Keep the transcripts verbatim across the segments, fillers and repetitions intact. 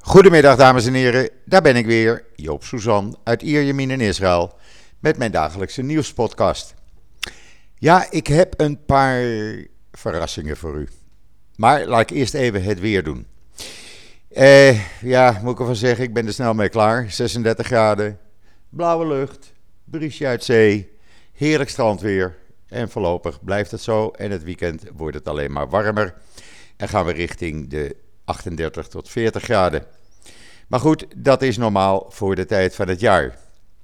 Goedemiddag dames en heren, daar ben ik weer, Joop Suzan uit Ierjemien in Israël met mijn dagelijkse nieuwspodcast. Ja, ik heb een paar verrassingen voor u, maar laat ik eerst even het weer doen. Eh, ja, moet ik ervan zeggen, ik ben er snel mee klaar. zesendertig graden, blauwe lucht, briesje uit zee, heerlijk strandweer en voorlopig blijft het zo en het weekend wordt het alleen maar warmer en gaan we richting de achtendertig tot veertig graden. Maar goed, dat is normaal voor de tijd van het jaar.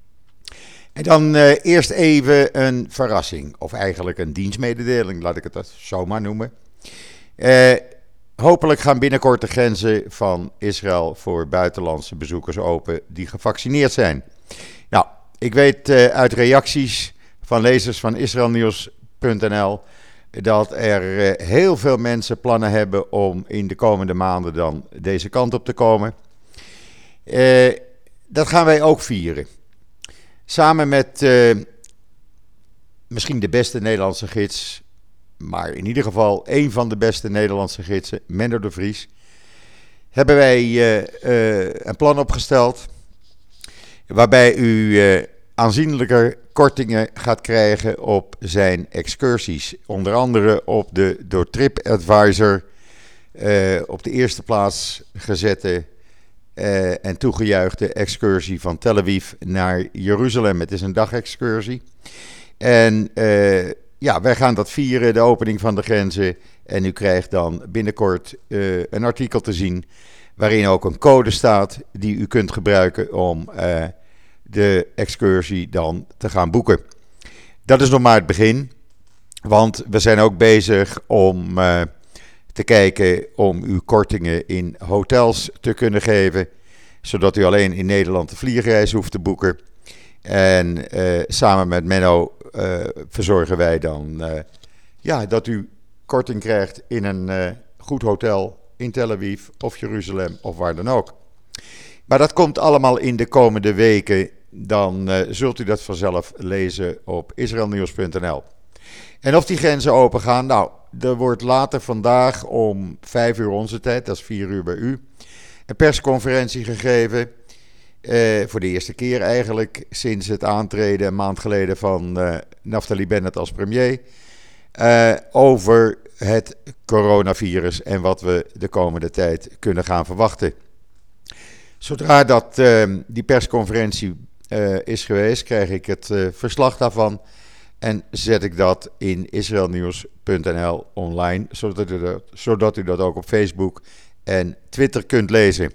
En dan uh, eerst even een verrassing, of eigenlijk een dienstmededeling, laat ik het dat zo maar noemen. Uh, hopelijk gaan binnenkort de grenzen van Israël voor buitenlandse bezoekers open die gevaccineerd zijn. Nou, ik weet uh, uit reacties van lezers van israelnieuws punt n l dat er uh, heel veel mensen plannen hebben om in de komende maanden dan deze kant op te komen. Uh, dat gaan wij ook vieren. Samen met uh, misschien de beste Nederlandse gids, maar in ieder geval één van de beste Nederlandse gidsen, Menno de Vries, hebben wij uh, uh, een plan opgesteld waarbij u uh, aanzienlijke kortingen gaat krijgen op zijn excursies. Onder andere op de door TripAdvisor uh, op de eerste plaats gezette Uh, en toegejuichte excursie van Tel Aviv naar Jeruzalem. Het is een dagexcursie. En uh, ja, wij gaan dat vieren, de opening van de grenzen. En u krijgt dan binnenkort uh, een artikel te zien waarin ook een code staat die u kunt gebruiken om uh, de excursie dan te gaan boeken. Dat is nog maar het begin, want we zijn ook bezig om Uh, te kijken om u kortingen in hotels te kunnen geven, zodat u alleen in Nederland de vliegreis hoeft te boeken. En uh, samen met Menno uh, verzorgen wij dan uh, ja, dat u korting krijgt in een uh, goed hotel in Tel Aviv of Jeruzalem of waar dan ook. Maar dat komt allemaal in de komende weken. Dan uh, zult u dat vanzelf lezen op israelnieuws punt n l. En of die grenzen open gaan, nou, er wordt later vandaag om vijf uur onze tijd, dat is vier uur bij u, een persconferentie gegeven. Uh, voor de eerste keer eigenlijk sinds het aantreden een maand geleden van uh, Naftali Bennett als premier. Uh, over het coronavirus en wat we de komende tijd kunnen gaan verwachten. Zodra dat, uh, die persconferentie uh, is geweest, krijg ik het uh, verslag daarvan. En zet ik dat in israelnieuws punt n l online, zodat u, dat, zodat u dat ook op Facebook en Twitter kunt lezen.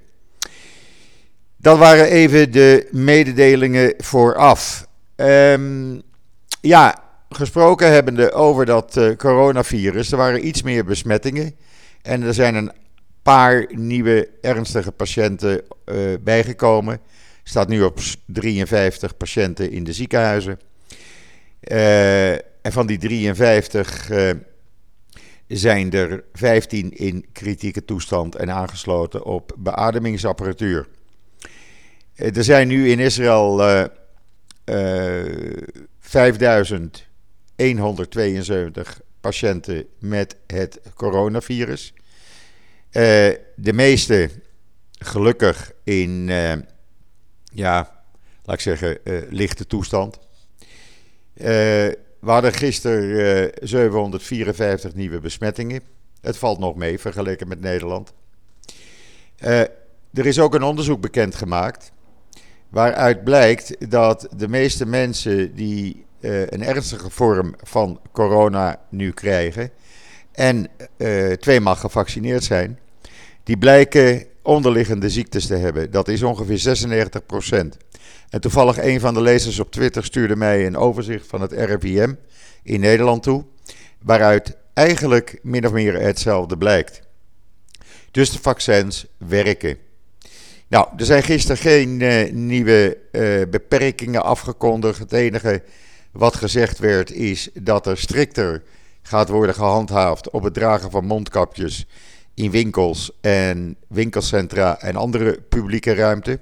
Dat waren even de mededelingen vooraf. Um, ja, gesproken hebbende over dat uh, coronavirus. Er waren iets meer besmettingen. En er zijn een paar nieuwe ernstige patiënten uh, bijgekomen. Er staat nu op drieënvijftig patiënten in de ziekenhuizen. Uh, en van die drieënvijftig uh, zijn er vijftien in kritieke toestand en aangesloten op beademingsapparatuur. Uh, er zijn nu in Israël uh, uh, vijfduizend honderdtweeënzeventig patiënten met het coronavirus. Uh, de meeste gelukkig in, uh, ja, laat ik zeggen, uh, lichte toestand. Uh, we hadden gisteren uh, zevenhonderdvierenvijftig nieuwe besmettingen. Het valt nog mee vergeleken met Nederland. Uh, er is ook een onderzoek bekendgemaakt waaruit blijkt dat de meeste mensen die uh, een ernstige vorm van corona nu krijgen en uh, tweemaal gevaccineerd zijn, die blijken onderliggende ziektes te hebben. Dat is ongeveer zesennegentig procent. En toevallig een van de lezers op Twitter stuurde mij een overzicht van het R I V M in Nederland toe, waaruit eigenlijk min of meer hetzelfde blijkt. Dus de vaccins werken. Nou, er zijn gisteren geen uh, nieuwe uh, beperkingen afgekondigd. Het enige wat gezegd werd is dat er strikter gaat worden gehandhaafd op het dragen van mondkapjes in winkels en winkelcentra en andere publieke ruimte.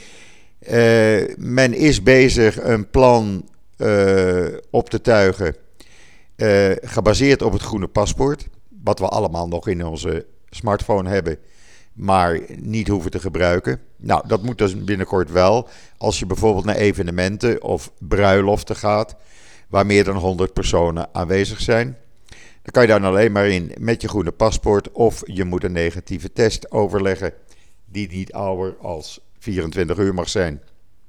Uh, men is bezig een plan uh, op te tuigen, uh, gebaseerd op het groene paspoort, wat we allemaal nog in onze smartphone hebben, maar niet hoeven te gebruiken. Nou, dat moet dus binnenkort wel. Als je bijvoorbeeld naar evenementen of bruiloften gaat, waar meer dan honderd personen aanwezig zijn, dan kan je daar alleen maar in met je groene paspoort of je moet een negatieve test overleggen die niet ouder als vierentwintig uur mag zijn.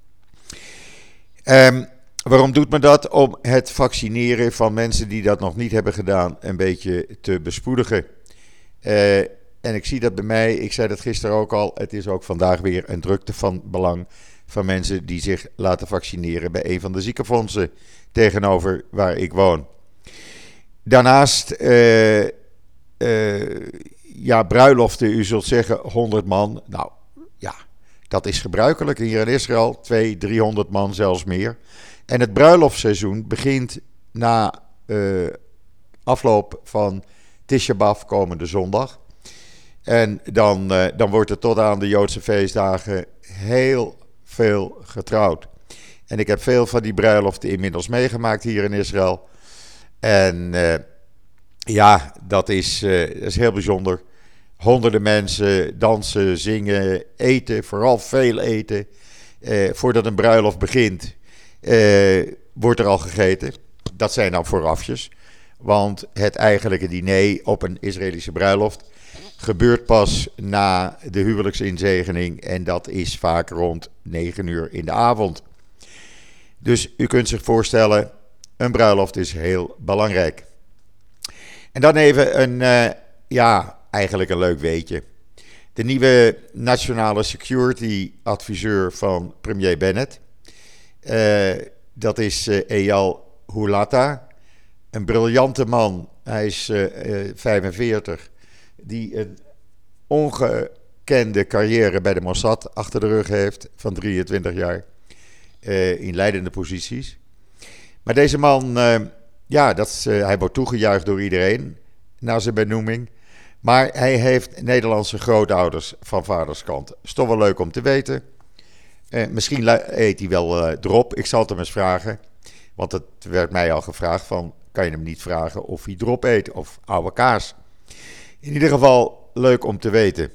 Um, waarom doet men dat? Om het vaccineren van mensen die dat nog niet hebben gedaan een beetje te bespoedigen. Uh, en ik zie dat bij mij, ik zei dat gisteren ook al, het is ook vandaag weer een drukte van belang van mensen die zich laten vaccineren bij een van de ziekenfondsen tegenover waar ik woon. Daarnaast, uh, uh, ja, bruiloften, u zult zeggen honderd man. Nou, ja, dat is gebruikelijk hier in Israël. tweehonderd, driehonderd man, zelfs meer. En het bruiloftseizoen begint na uh, afloop van Tisha B'Av komende zondag. En dan, uh, dan wordt er tot aan de Joodse feestdagen heel veel getrouwd. En ik heb veel van die bruiloften inmiddels meegemaakt hier in Israël. En uh, ja, dat is, uh, dat is heel bijzonder. Honderden mensen dansen, zingen, eten, vooral veel eten. Uh, voordat een bruiloft begint, uh, wordt er al gegeten. Dat zijn dan voorafjes. Want het eigenlijke diner op een Israëlische bruiloft gebeurt pas na de huwelijksinzegening. En dat is vaak rond negen uur in de avond. Dus u kunt zich voorstellen, een bruiloft is heel belangrijk. En dan even een, uh, ja, eigenlijk een leuk weetje. De nieuwe nationale security adviseur van premier Bennett, uh, dat is uh, Eyal Hulata. Een briljante man, hij is uh, uh, vijfenveertig, die een ongekende carrière bij de Mossad achter de rug heeft van drieëntwintig jaar uh, in leidende posities. Maar deze man, uh, ja, dat is, uh, hij wordt toegejuicht door iedereen na zijn benoeming. Maar hij heeft Nederlandse grootouders van vaderskant. Is toch wel leuk om te weten. Uh, misschien eet hij wel uh, drop. Ik zal het hem eens vragen. Want het werd mij al gevraagd van, kan je hem niet vragen of hij drop eet of oude kaas. In ieder geval leuk om te weten.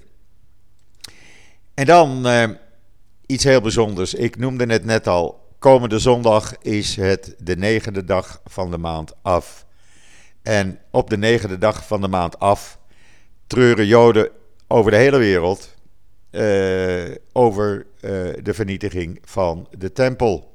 En dan uh, iets heel bijzonders. Ik noemde het net al. Komende zondag is het de negende dag van de maand af. En op de negende dag van de maand af treuren Joden over de hele wereld uh, over uh, de vernietiging van de tempel.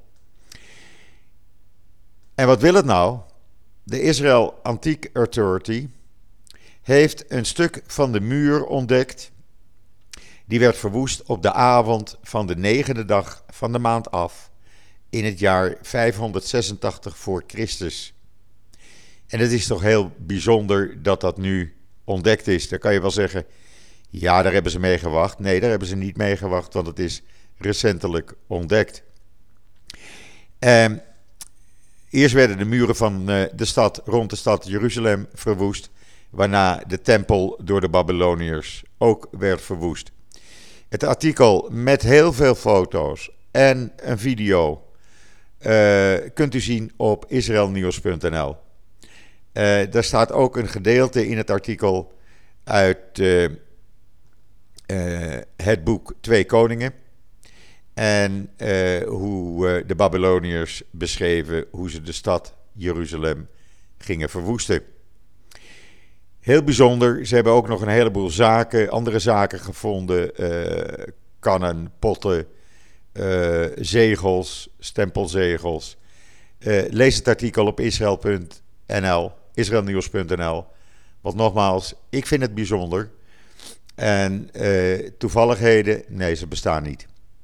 En wat wil het nou? De Israel Antique Authority heeft een stuk van de muur ontdekt. Die werd verwoest op de avond van de negende dag van de maand af in het jaar vijfhonderdzesentachtig voor Christus. En het is toch heel bijzonder dat dat nu ontdekt is. Dan kan je wel zeggen, ja, daar hebben ze mee gewacht. Nee, daar hebben ze niet mee gewacht, want het is recentelijk ontdekt. Uh, eerst werden de muren van uh, de stad, rond de stad Jeruzalem verwoest, waarna de tempel door de Babyloniërs ook werd verwoest. Het artikel met heel veel foto's en een video uh, kunt u zien op israelnieuws punt n l. Uh, daar staat ook een gedeelte in het artikel uit uh, uh, het boek Twee Koningen. En uh, hoe uh, de Babyloniërs beschreven hoe ze de stad Jeruzalem gingen verwoesten. Heel bijzonder, ze hebben ook nog een heleboel zaken, andere zaken gevonden. Uh, kannen, potten, uh, zegels, stempelzegels. Uh, lees het artikel op israel punt n l. israelnieuws punt n l. Want nogmaals, ik vind het bijzonder. En uh, toevalligheden, nee, ze bestaan niet.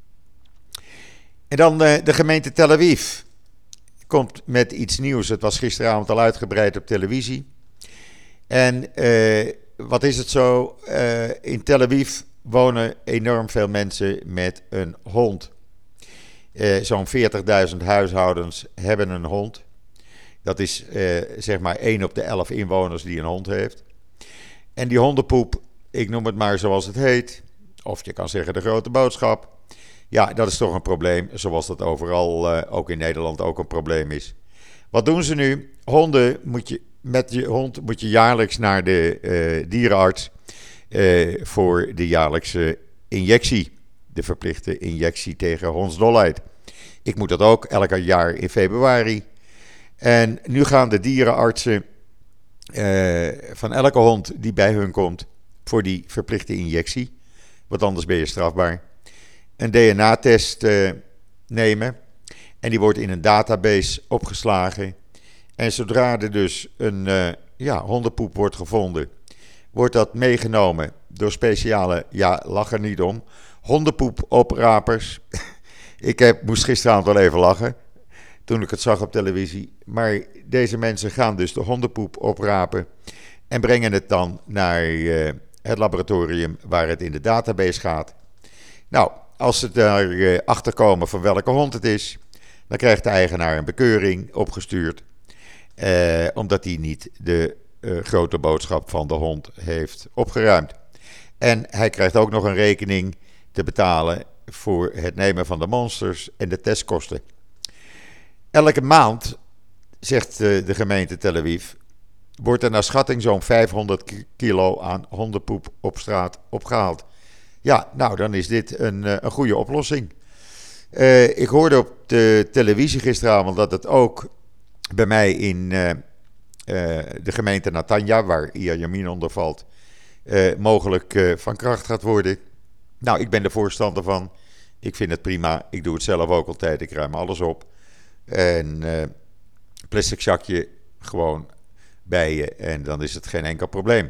En dan uh, de gemeente Tel Aviv komt met iets nieuws. Het was gisteravond al uitgebreid op televisie. En uh, wat is het zo? Uh, in Tel Aviv wonen enorm veel mensen met een hond. Uh, zo'n veertigduizend huishoudens hebben een hond. Dat is uh, zeg maar één op de elf inwoners die een hond heeft. En die hondenpoep, ik noem het maar zoals het heet, of je kan zeggen de grote boodschap. Ja, dat is toch een probleem, zoals dat overal, uh, ook in Nederland, ook een probleem is. Wat doen ze nu? Honden moet je, met je hond moet je jaarlijks naar de uh, dierenarts. uh, voor de jaarlijkse injectie. De verplichte injectie tegen hondsdolheid. Ik moet dat ook elk jaar in februari. En nu gaan de dierenartsen uh, van elke hond die bij hun komt voor die verplichte injectie, want anders ben je strafbaar, een D N A-test uh, nemen. En die wordt in een database opgeslagen. En zodra er dus een uh, ja, hondenpoep wordt gevonden, wordt dat meegenomen door speciale, ja, lach er niet om, hondenpoepoprapers. Ik heb, moest gisteravond wel even lachen toen ik het zag op televisie. Maar deze mensen gaan dus de hondenpoep oprapen en brengen het dan naar uh, het laboratorium waar het in de database gaat. Nou, als ze daar uh, achter komen van welke hond het is, dan krijgt de eigenaar een bekeuring opgestuurd. Uh, omdat hij niet de uh, grote boodschap van de hond heeft opgeruimd. En hij krijgt ook nog een rekening te betalen voor het nemen van de monsters en de testkosten. Elke maand, zegt uh, de gemeente Tel Aviv, wordt er naar schatting zo'n vijfhonderd kilo aan hondenpoep op straat opgehaald. Ja, nou dan is dit een, uh, een goede oplossing. Uh, ik hoorde op de televisie gisteravond dat het ook bij mij in uh, uh, de gemeente Natanja, waar Ierjemien onder valt, uh, mogelijk uh, van kracht gaat worden. Nou, ik ben er voorstander van. Ik vind het prima. Ik doe het zelf ook altijd. Ik ruim alles op. En uh, plastic zakje gewoon bij je. En dan is het geen enkel probleem.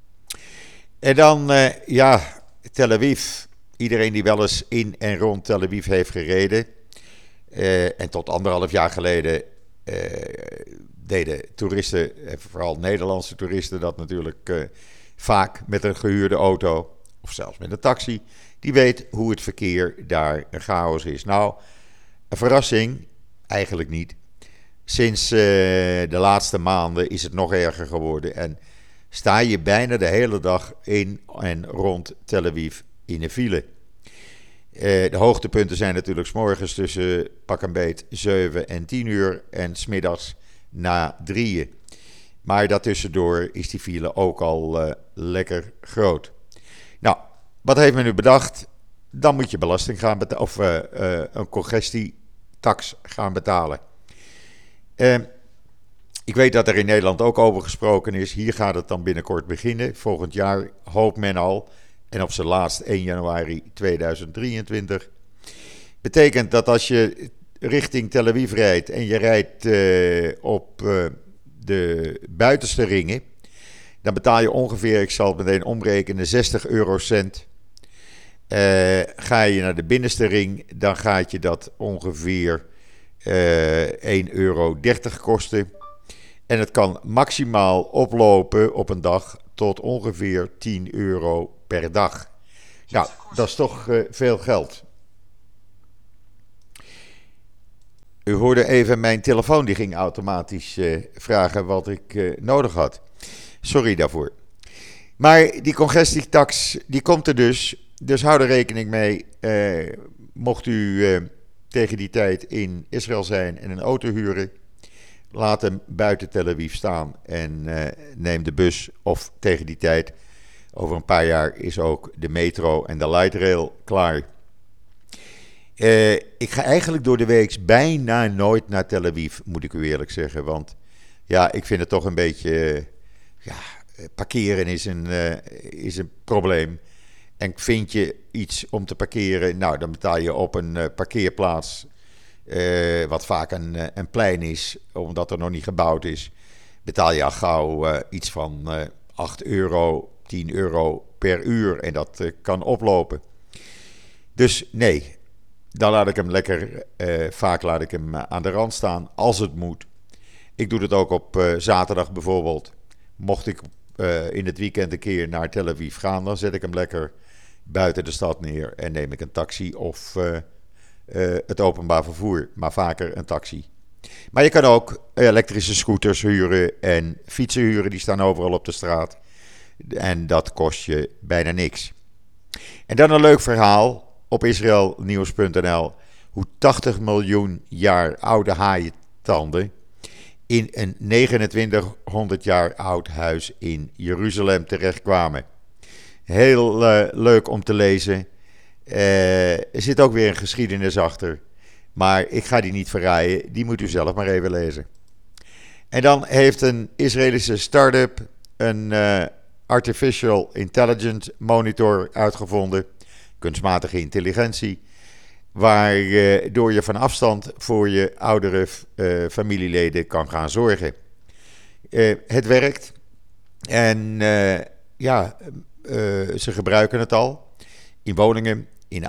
En dan, uh, ja, Tel Aviv. Iedereen die wel eens in en rond Tel Aviv heeft gereden. Uh, en tot anderhalf jaar geleden uh, deden toeristen, vooral Nederlandse toeristen, dat natuurlijk uh, vaak met een gehuurde auto of zelfs met een taxi. Die weet hoe het verkeer daar een chaos is. Nou, een verrassing, eigenlijk niet. Sinds uh, de laatste maanden is het nog erger geworden. En sta je bijna de hele dag in en rond Tel Aviv in een file. Uh, de hoogtepunten zijn natuurlijk 's morgens tussen pak een beet zeven en tien uur en 's middags na drieën. Maar daartussendoor is die file ook al uh, lekker groot. Nou, wat heeft men nu bedacht? Dan moet je belasting gaan betalen, of uh, uh, een congestietax gaan betalen. Uh, ik weet dat er in Nederland ook over gesproken is. Hier gaat het dan binnenkort beginnen. Volgend jaar hoopt men al. En op zijn laatst één januari tweeduizend drieëntwintig. Betekent dat als je richting Tel Aviv rijdt en je rijdt uh, op uh, de buitenste ringen, dan betaal je ongeveer, ik zal het meteen omrekenen, zestig eurocent. Uh, ga je naar de binnenste ring, dan gaat je dat ongeveer uh, één euro dertig kosten. En het kan maximaal oplopen op een dag tot ongeveer tien euro per dag. Nou, dat is toch uh, veel geld. U hoorde even mijn telefoon, die ging automatisch uh, vragen wat ik uh, nodig had. Sorry daarvoor. Maar die congestietax, die komt er dus. Dus hou er rekening mee. Uh, mocht u uh, tegen die tijd in Israël zijn en een auto huren, laat hem buiten Tel Aviv staan en uh, neem de bus. Of tegen die tijd, over een paar jaar, is ook de metro en de light rail klaar. Uh, ik ga eigenlijk door de week bijna nooit naar Tel Aviv, moet ik u eerlijk zeggen. Want ja, ik vind het toch een beetje, uh, ja, parkeren is een, uh, is een probleem. En vind je iets om te parkeren, nou dan betaal je op een uh, parkeerplaats, uh, wat vaak een, uh, een plein is, omdat er nog niet gebouwd is, betaal je al gauw uh, iets van uh, acht euro, tien euro per uur. En dat uh, kan oplopen. Dus nee, dan laat ik hem lekker, uh, vaak laat ik hem aan de rand staan, als het moet. Ik doe het ook op uh, zaterdag bijvoorbeeld. Mocht ik uh, in het weekend een keer naar Tel Aviv gaan, dan zet ik hem lekker buiten de stad neer en neem ik een taxi of uh, uh, het openbaar vervoer, maar vaker een taxi. Maar je kan ook elektrische scooters huren en fietsen huren, die staan overal op de straat. En dat kost je bijna niks. En dan een leuk verhaal op israelnieuws punt n l. Hoe tachtig miljoen jaar oude haaientanden in een negenentwintighonderd jaar oud huis in Jeruzalem terechtkwamen. Heel uh, leuk om te lezen. Uh, er zit ook weer een geschiedenis achter. Maar ik ga die niet verraaien. Die moet u zelf maar even lezen. En dan heeft een Israëlische start-up een uh, Artificial Intelligence Monitor uitgevonden. Kunstmatige intelligentie. Waardoor uh, je van afstand voor je oudere uh, familieleden kan gaan zorgen. Uh, het werkt. En uh, ja, uh, ze gebruiken het al. In woningen, in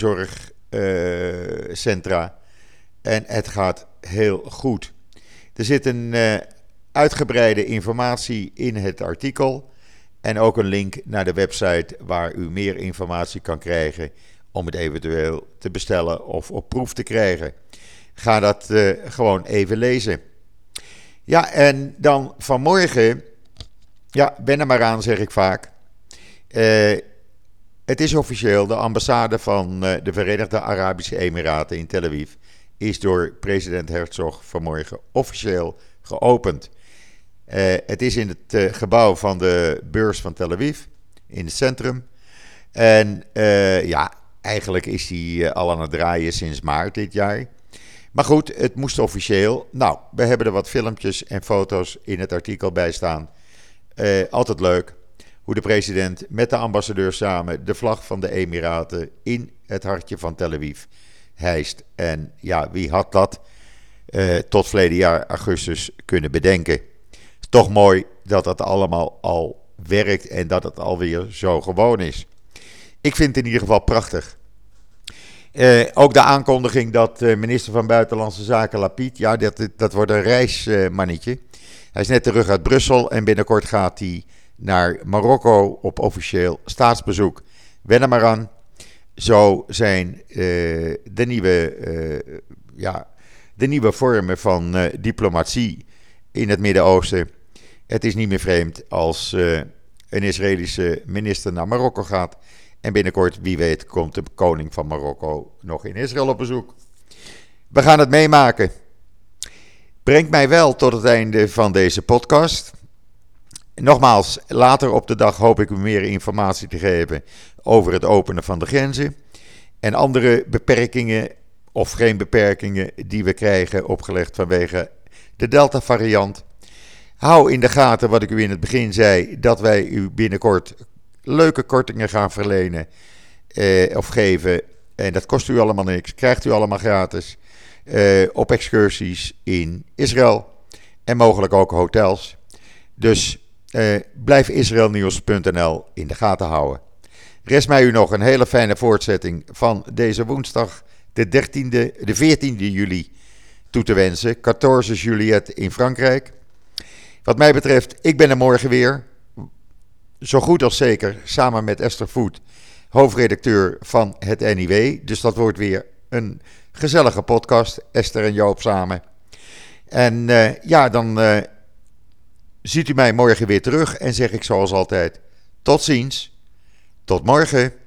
ouderenzorgcentra. Uh, en het gaat heel goed. Er zit een uh, uitgebreide informatie in het artikel. En ook een link naar de website waar u meer informatie kan krijgen om het eventueel te bestellen of op proef te krijgen. Ga dat uh, gewoon even lezen. Ja, en dan vanmorgen, ja, ben er maar aan, zeg ik vaak. Uh, het is officieel, de ambassade van uh, de Verenigde Arabische Emiraten in Tel Aviv is door president Herzog vanmorgen officieel geopend. Uh, het is in het uh, gebouw van de beurs van Tel Aviv, in het centrum. En uh, ja, eigenlijk is die uh, al aan het draaien sinds maart dit jaar. Maar goed, het moest officieel. Nou, we hebben er wat filmpjes en foto's in het artikel bij staan. Uh, altijd leuk hoe de president met de ambassadeur samen de vlag van de Emiraten in het hartje van Tel Aviv hijst. En ja, wie had dat uh, tot verleden jaar augustus kunnen bedenken? Toch mooi dat dat allemaal al werkt en dat het alweer zo gewoon is. Ik vind het in ieder geval prachtig. Uh, ook de aankondiging dat uh, minister van Buitenlandse Zaken Lapid, ja, dat, dat wordt een reismannetje. Uh, hij is net terug uit Brussel en binnenkort gaat hij naar Marokko op officieel staatsbezoek. Wen er maar aan. Zo zijn uh, de, nieuwe, uh, ja, de nieuwe vormen van uh, diplomatie in het Midden-Oosten. Het is niet meer vreemd als uh, een Israëlische minister naar Marokko gaat. En binnenkort, wie weet, komt de koning van Marokko nog in Israël op bezoek. We gaan het meemaken. Brengt mij wel tot het einde van deze podcast. Nogmaals, later op de dag hoop ik u meer informatie te geven over het openen van de grenzen. En andere beperkingen of geen beperkingen die we krijgen opgelegd vanwege de Delta-variant. Hou in de gaten wat ik u in het begin zei, dat wij u binnenkort leuke kortingen gaan verlenen eh, of geven. En dat kost u allemaal niks, krijgt u allemaal gratis eh, op excursies in Israël en mogelijk ook hotels. Dus eh, blijf israelnieuws punt n l in de gaten houden. Rest mij u nog een hele fijne voortzetting van deze woensdag, de, dertiende, de veertiende juli, toe te wensen. veertien Juillet in Frankrijk. Wat mij betreft, ik ben er morgen weer. Zo goed als zeker, samen met Esther Voet, hoofdredacteur van het N I W. Dus dat wordt weer een gezellige podcast, Esther en Joop samen. En uh, ja, dan uh, ziet u mij morgen weer terug en zeg ik zoals altijd, tot ziens, tot morgen.